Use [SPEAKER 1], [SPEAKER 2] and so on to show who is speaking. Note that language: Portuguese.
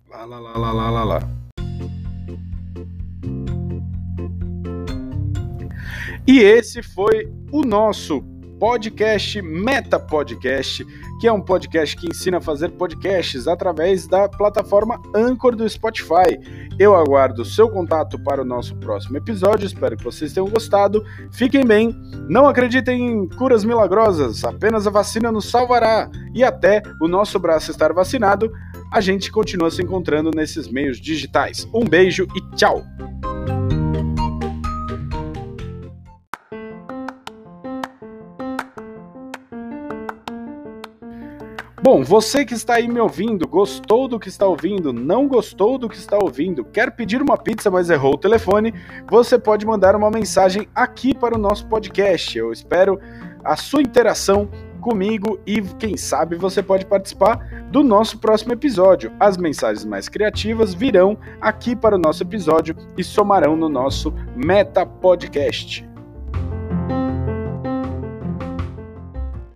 [SPEAKER 1] Lá. E esse foi o nosso podcast Meta Podcast, que é um podcast que ensina a fazer podcasts através da plataforma Anchor do Spotify. Eu aguardo o seu contato para o nosso próximo episódio, espero que vocês tenham gostado. Fiquem bem, não acreditem em curas milagrosas, apenas a vacina nos salvará. E até o nosso braço estar vacinado, a gente continua se encontrando nesses meios digitais. Um beijo e tchau! Bom, você que está aí me ouvindo, gostou do que está ouvindo, não gostou do que está ouvindo, quer pedir uma pizza, mas errou o telefone, você pode mandar uma mensagem aqui para o nosso podcast. Eu espero a sua interação comigo e, quem sabe, você pode participar do nosso próximo episódio. As mensagens mais criativas virão aqui para o nosso episódio e somarão no nosso Meta Podcast.